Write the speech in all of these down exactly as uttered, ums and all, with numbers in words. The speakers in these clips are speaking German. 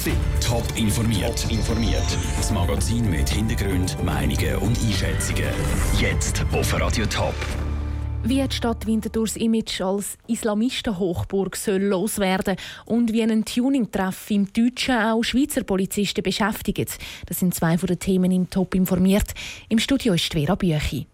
Top informiert. Top informiert. Das Magazin mit Hintergrund, Meinungen und Einschätzungen. Jetzt auf Radio Top. Wie die Stadt Winterthurs Image als Islamistenhochburg soll loswerden und wie ein Tuning-Treff im Deutschen auch Schweizer Polizisten beschäftigt. Das sind zwei von den Themen im Top informiert. Im Studio ist Vera Büchi.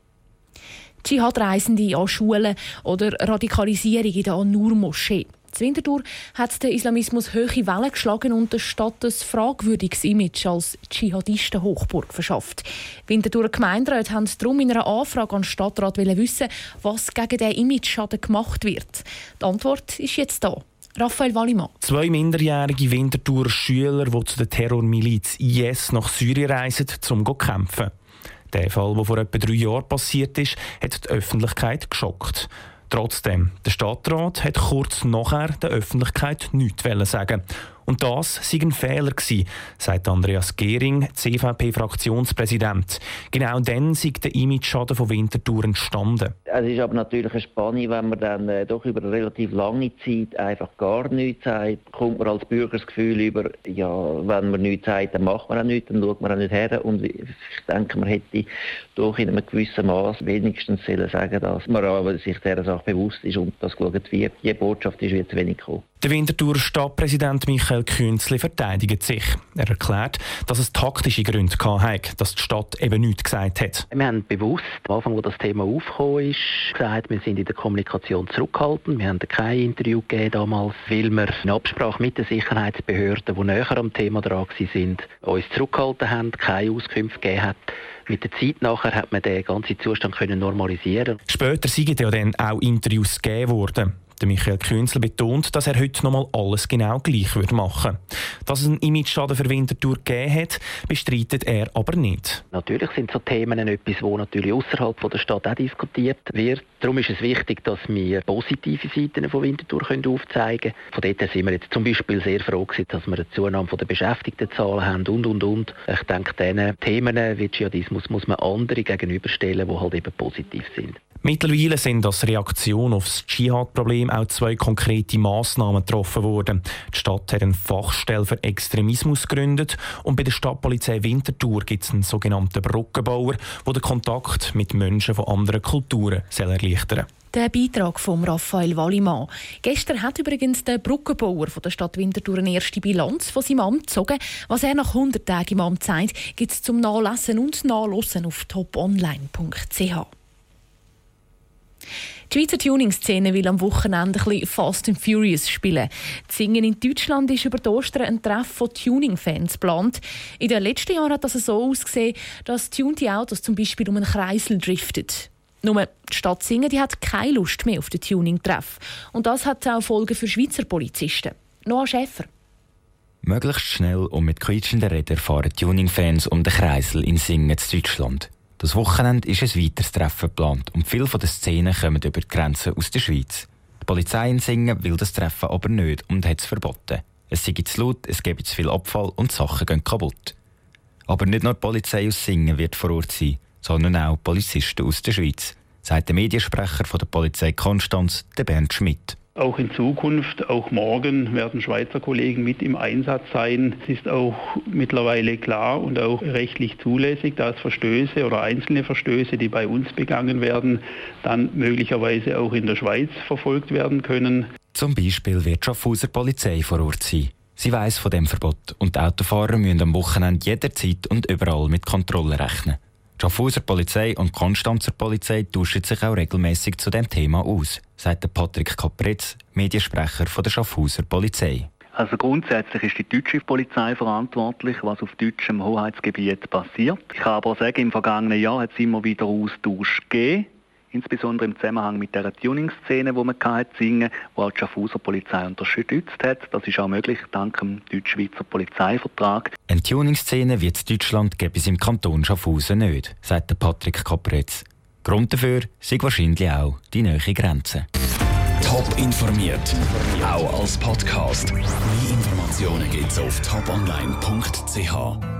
Dschihad-Reisende an Schulen oder Radikalisierung in der An-Nur-Moschee. In Winterthur hat der Islamismus hohe Wellen geschlagen und der Stadt ein fragwürdiges Image als Dschihadisten-Hochburg verschafft. Winterthurer Gemeinderäte haben darum in einer Anfrage an den Stadtrat wissen, was gegen diesen Image-Schaden gemacht wird. Die Antwort ist jetzt da. Raphael Wallimann. Zwei minderjährige Winterthurer Schüler, die zu der Terrormiliz I S nach Syrien reisen, um zu kämpfen. Der Fall, der vor etwa drei Jahren passiert ist, hat die Öffentlichkeit geschockt. Trotzdem, der Stadtrat hat kurz nachher der Öffentlichkeit nichts sagen. Und das sei ein Fehler gewesen, sagt Andreas Gehring, C V P-Fraktionspräsident. Genau dann sei der Image-Schaden von Winterthur entstanden. Es ist aber natürlich eine Spanne, wenn man dann äh, doch über eine relativ lange Zeit einfach gar nichts sagt, kommt man als Bürger das Gefühl über, ja, wenn man nichts sagt, dann macht man auch nichts, dann schaut man auch nicht her. Und ich denke, man hätte doch in einem gewissen Maß wenigstens sollen sagen, dass man aber sich dieser Sache bewusst ist und das geschaut wird. Die Botschaft ist jetzt wenig gekommen. Der Winterthurer Stadtpräsident Michael Künzli verteidigt sich. Er erklärt, dass es taktische Gründe hatte, dass die Stadt eben nichts gesagt hat. Wir haben bewusst, am Anfang, wo das Thema aufgekommen ist, gesagt, wir sind in der Kommunikation zurückhaltend. Wir haben kein Interview gegeben damals, weil wir in Absprache mit den Sicherheitsbehörden, die näher am Thema dran waren, uns zurückgehalten haben, keine Auskünfte gegeben haben. Mit der Zeit nachher hat man den ganzen Zustand können normalisieren. Später sind ja dann auch Interviews gegeben worden. Der Michael Künzli betont, dass er heute noch mal alles genau gleich machen würde. Dass es einen Image-Schaden für Winterthur gegeben hat, bestreitet er aber nicht. Natürlich sind so Themen etwas, das natürlich außerhalb der Stadt auch diskutiert wird. Darum ist es wichtig, dass wir positive Seiten von Winterthur aufzeigen können. Von dort sind wir jetzt zum Beispiel sehr froh gewesen, dass wir eine Zunahme der Beschäftigtenzahlen haben und, und, und. Ich denke, diesen Themen wie Dschihadismus muss man andere gegenüberstellen, die halt eben positiv sind. Mittlerweile sind als Reaktion auf das Dschihad-Problem auch zwei konkrete Massnahmen getroffen worden. Die Stadt hat eine Fachstelle für Extremismus gegründet und bei der Stadtpolizei Winterthur gibt es einen sogenannten Brückenbauer, der den Kontakt mit Menschen von anderen Kulturen erleichtern soll. Der Beitrag von Raphael Wallimann. Gestern hat übrigens der Brückenbauer von der Stadt Winterthur eine erste Bilanz von seinem Amt gezogen. Was er nach hundert Tagen im Amt sagt, gibt es zum Nachlesen und Nachlesen auf top online punkt c h. Die Schweizer Tuning-Szene will am Wochenende ein bisschen Fast and Furious spielen. Das Singen in Deutschland ist über die Ostern ein Treff von Tuning-Fans geplant. In den letzten Jahren hat das so ausgesehen, dass tunte Autos zum Beispiel um einen Kreisel driften. Nur die Stadt Singen die hat keine Lust mehr auf den Tuning-Treff. Und das hat auch Folgen für Schweizer Polizisten. Noah Schäfer. Möglichst schnell und mit quietschenden Rädern fahren Tuning-Fans um den Kreisel in Singen in Deutschland. Das Wochenende ist ein weiteres Treffen geplant und viele von den Szenen kommen über die Grenzen aus der Schweiz. Die Polizei in Singen will das Treffen aber nicht und hat es verboten. Es sei zu laut, es gebe zu viel Abfall und Sachen gehen kaputt. Aber nicht nur die Polizei aus Singen wird vor Ort sein, sondern auch Polizisten aus der Schweiz, sagt der Mediensprecher von der Polizei Konstanz, der Bernd Schmidt. Auch in Zukunft, auch morgen werden Schweizer Kollegen mit im Einsatz sein. Es ist auch mittlerweile klar und auch rechtlich zulässig, dass Verstöße oder einzelne Verstöße, die bei uns begangen werden, dann möglicherweise auch in der Schweiz verfolgt werden können. Zum Beispiel wird die Schaffhauser Polizei vor Ort sein. Sie weiss von dem Verbot und die Autofahrer müssen am Wochenende jederzeit und überall mit Kontrollen rechnen. Die Schaffhauser Polizei und die Konstanzer Polizei tauschen sich auch regelmäßig zu diesem Thema aus, sagt Patrick Kapretz, Mediensprecher von der Schaffhauser Polizei. Also grundsätzlich ist die deutsche Polizei verantwortlich, was auf deutschem Hoheitsgebiet passiert. Ich kann aber sagen, im vergangenen Jahr hat es immer wieder Austausch gegeben, insbesondere im Zusammenhang mit der Tuning-Szene, die man hatte, Singen, wo auch die Schaffhauser Polizei unterstützt hat. Das ist auch möglich dank dem deutsch-schweizer Polizeivertrag. Eine Tuning-Szene wie in Deutschland gibt es im Kanton Schaffhausen nicht, sagt Patrick Kapretz. Grund dafür sind wahrscheinlich auch die nahe Grenze. Top informiert, auch als Podcast. Mehr Informationen gibt's auf top online punkt c h.